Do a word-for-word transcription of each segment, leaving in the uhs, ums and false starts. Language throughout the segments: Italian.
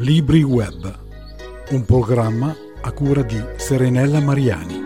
Libri Web, un programma a cura di Serenella Mariani.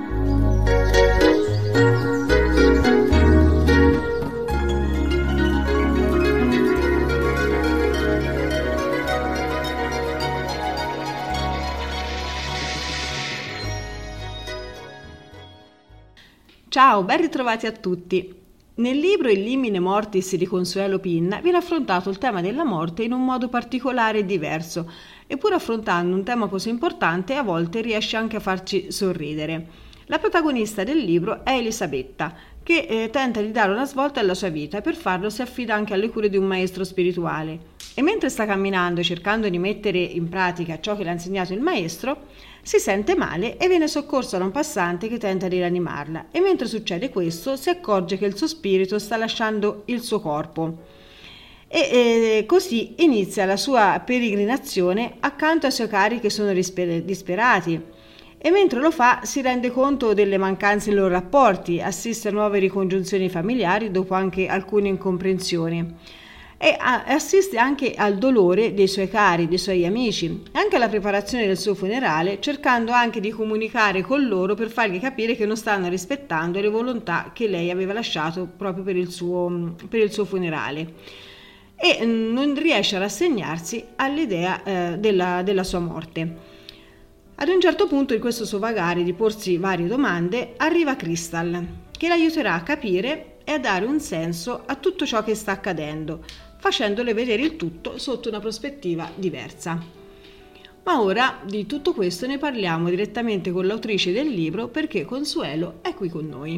Ciao, ben ritrovati a tutti. Nel libro Il limine mortis di Consuelo Pinna viene affrontato il tema della morte in un modo particolare e diverso, eppure affrontando un tema così importante a volte riesce anche a farci sorridere. La protagonista del libro è Elisabetta, che eh, tenta di dare una svolta alla sua vita e per farlo si affida anche alle cure di un maestro spirituale. E mentre sta camminando e cercando di mettere in pratica ciò che le ha insegnato il maestro, si sente male e viene soccorsa da un passante che tenta di rianimarla, e mentre succede questo si accorge che il suo spirito sta lasciando il suo corpo. E eh, così inizia la sua peregrinazione accanto ai suoi cari che sono disper- disperati. E mentre lo fa si rende conto delle mancanze nei loro rapporti, assiste a nuove ricongiunzioni familiari dopo anche alcune incomprensioni. E assiste anche al dolore dei suoi cari, dei suoi amici, e anche alla preparazione del suo funerale, cercando anche di comunicare con loro per fargli capire che non stanno rispettando le volontà che lei aveva lasciato proprio per il suo, per il suo funerale. E non riesce a rassegnarsi all'idea eh, della, della sua morte. Ad un certo punto, in questo suo vagare di porsi varie domande, arriva Crystal, che l'aiuterà a capire e a dare un senso a tutto ciò che sta accadendo, facendole vedere il tutto sotto una prospettiva diversa. Ma ora di tutto questo ne parliamo direttamente con l'autrice del libro, perché Consuelo è qui con noi.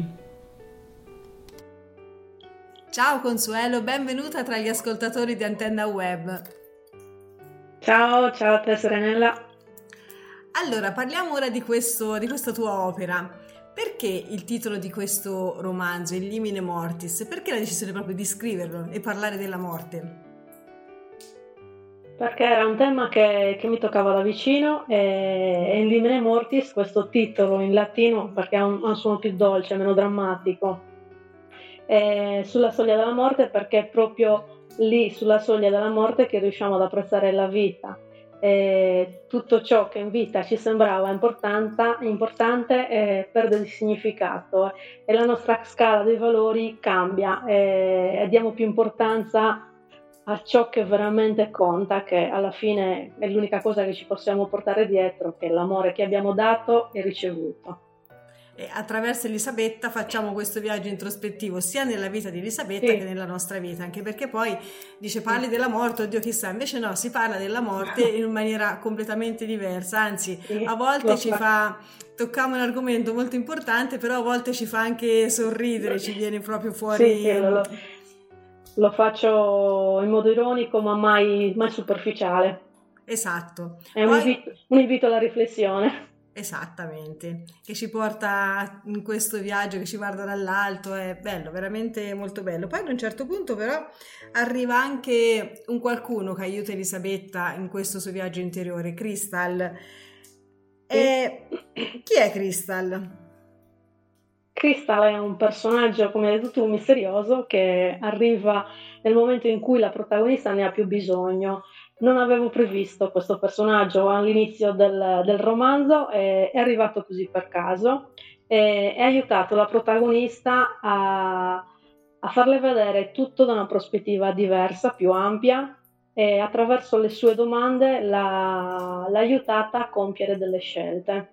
Ciao Consuelo, benvenuta tra gli ascoltatori di Antenna Web. Ciao, ciao a te Serenella. Allora, parliamo ora di, questo, di questa tua opera. Perché il titolo di questo romanzo, Il limine mortis? Perché la decisione proprio di scriverlo e parlare della morte? Perché era un tema che, che mi toccava da vicino e, e Il limine mortis, questo titolo in latino, perché ha un, ha un suono più dolce, meno drammatico, e sulla soglia della morte, perché è proprio lì, sulla soglia della morte, che riusciamo ad apprezzare la vita. E tutto ciò che in vita ci sembrava importante eh, perde di significato e la nostra scala dei valori cambia e, e diamo più importanza a ciò che veramente conta, che alla fine è l'unica cosa che ci possiamo portare dietro, che è l'amore che abbiamo dato e ricevuto. E attraverso Elisabetta facciamo questo viaggio introspettivo sia nella vita di Elisabetta sì. che nella nostra vita, anche perché poi dice parli sì. della morte, oddio chissà, invece no, si parla della morte in maniera completamente diversa, anzi sì, a volte ci fa, tocchiamo un argomento molto importante, però a volte ci fa anche sorridere, ci viene proprio fuori. Sì, sì, lo, lo faccio in modo ironico ma mai, mai superficiale. Esatto. È un, poi... invito, un invito alla riflessione. Esattamente, che ci porta in questo viaggio, che ci guarda dall'alto, è bello, veramente molto bello. Poi ad un certo punto però arriva anche un qualcuno che aiuta Elisabetta in questo suo viaggio interiore, Crystal. E chi è Crystal? Crystal è un personaggio, come hai detto tu, misterioso, che arriva nel momento in cui la protagonista ne ha più bisogno. Non avevo previsto questo personaggio all'inizio del, del romanzo, è, è arrivato così per caso e ha aiutato la protagonista a, a farle vedere tutto da una prospettiva diversa, più ampia, e attraverso le sue domande l'ha, l'ha aiutata a compiere delle scelte.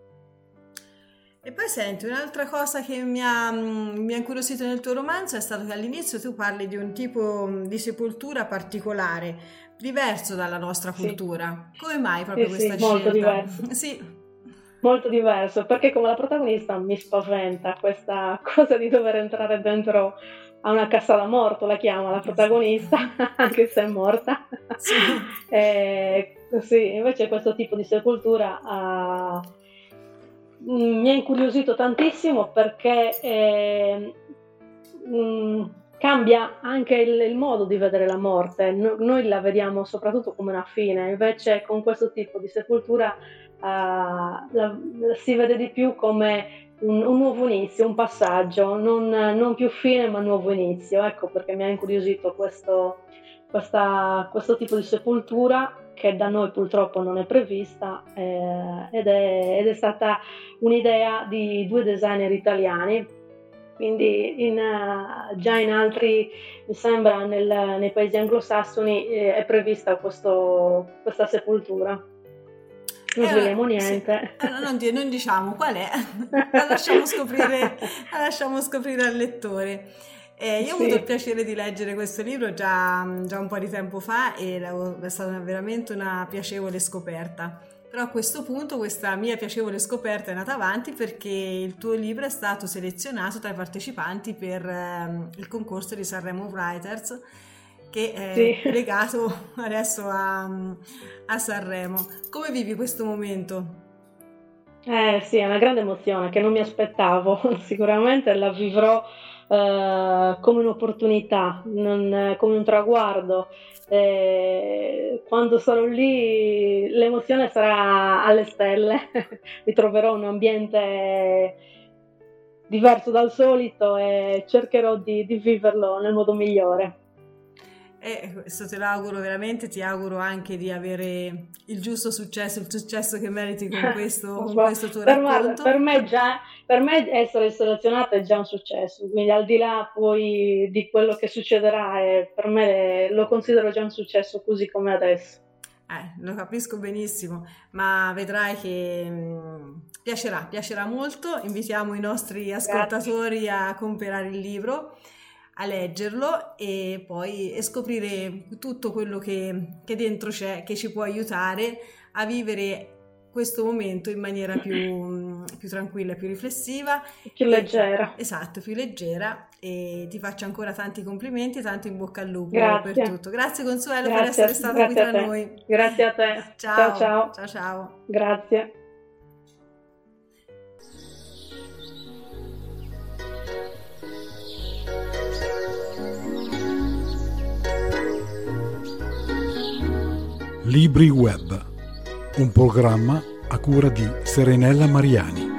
E poi senti, un'altra cosa che mi ha, mi ha incuriosito nel tuo romanzo è stato che all'inizio tu parli di un tipo di sepoltura particolare, diverso dalla nostra cultura. Sì. Come mai proprio sì, questa sì, scelta? Molto diverso. Sì. Molto diverso, perché come la protagonista mi spaventa questa cosa di dover entrare dentro a una cassa da morto, la chiama la protagonista, anche se è morta. Sì. e, sì, invece questo tipo di sepoltura ha... mi ha incuriosito tantissimo perché eh, mh, cambia anche il, il modo di vedere la morte. No, noi la vediamo soprattutto come una fine, invece con questo tipo di sepoltura uh, la, la, si vede di più come un, un nuovo inizio, un passaggio, non, non più fine ma nuovo inizio. Ecco perché mi ha incuriosito questo, questa, questo tipo di sepoltura che da noi purtroppo non è prevista, eh, ed, è, ed è stata un'idea di due designer italiani, quindi in, uh, già in altri, mi sembra nel, nei paesi anglosassoni eh, è prevista questo, questa sepoltura. Non Eh, sveliamo sì. niente. Allora, non, di- non diciamo qual è, la lasciamo scoprire, la lasciamo scoprire al lettore. Eh, io Sì. ho avuto il piacere di leggere questo libro già, già un po' di tempo fa e l'avevo- è stata veramente una piacevole scoperta. Però a questo punto questa mia piacevole scoperta è nata avanti perché il tuo libro è stato selezionato tra i partecipanti per ehm, il concorso di Sanremo Writers, che è Sì. legato adesso a, a Sanremo. Come vivi questo momento? Eh sì, è una grande emozione che non mi aspettavo, sicuramente la vivrò eh, come un'opportunità, non- come un traguardo. Eh, quando sarò lì l'emozione sarà alle stelle, mi troverò in un ambiente diverso dal solito e cercherò di, di viverlo nel modo migliore. E questo te l'auguro veramente, ti auguro anche di avere il giusto successo, il successo che meriti con questo, con questo tuo per, racconto. per, me già, per me essere selezionata è già un successo, quindi al di là poi di quello che succederà, eh, per me lo considero già un successo così come adesso. Eh, lo capisco benissimo, ma vedrai che mh, piacerà, piacerà molto. Invitiamo i nostri ascoltatori Grazie. a comprare il libro, a leggerlo e poi e scoprire tutto quello che, che dentro c'è, che ci può aiutare a vivere questo momento in maniera più, più tranquilla, più riflessiva, più e, leggera. Esatto, più leggera. E ti faccio ancora tanti complimenti e tanto in bocca al lupo Grazie. per tutto. Grazie Consuelo Grazie, per essere stata qui tra noi. Grazie a te. Ciao, ciao ciao. Ciao ciao. Grazie. Libri Web, un programma a cura di Serenella Mariani.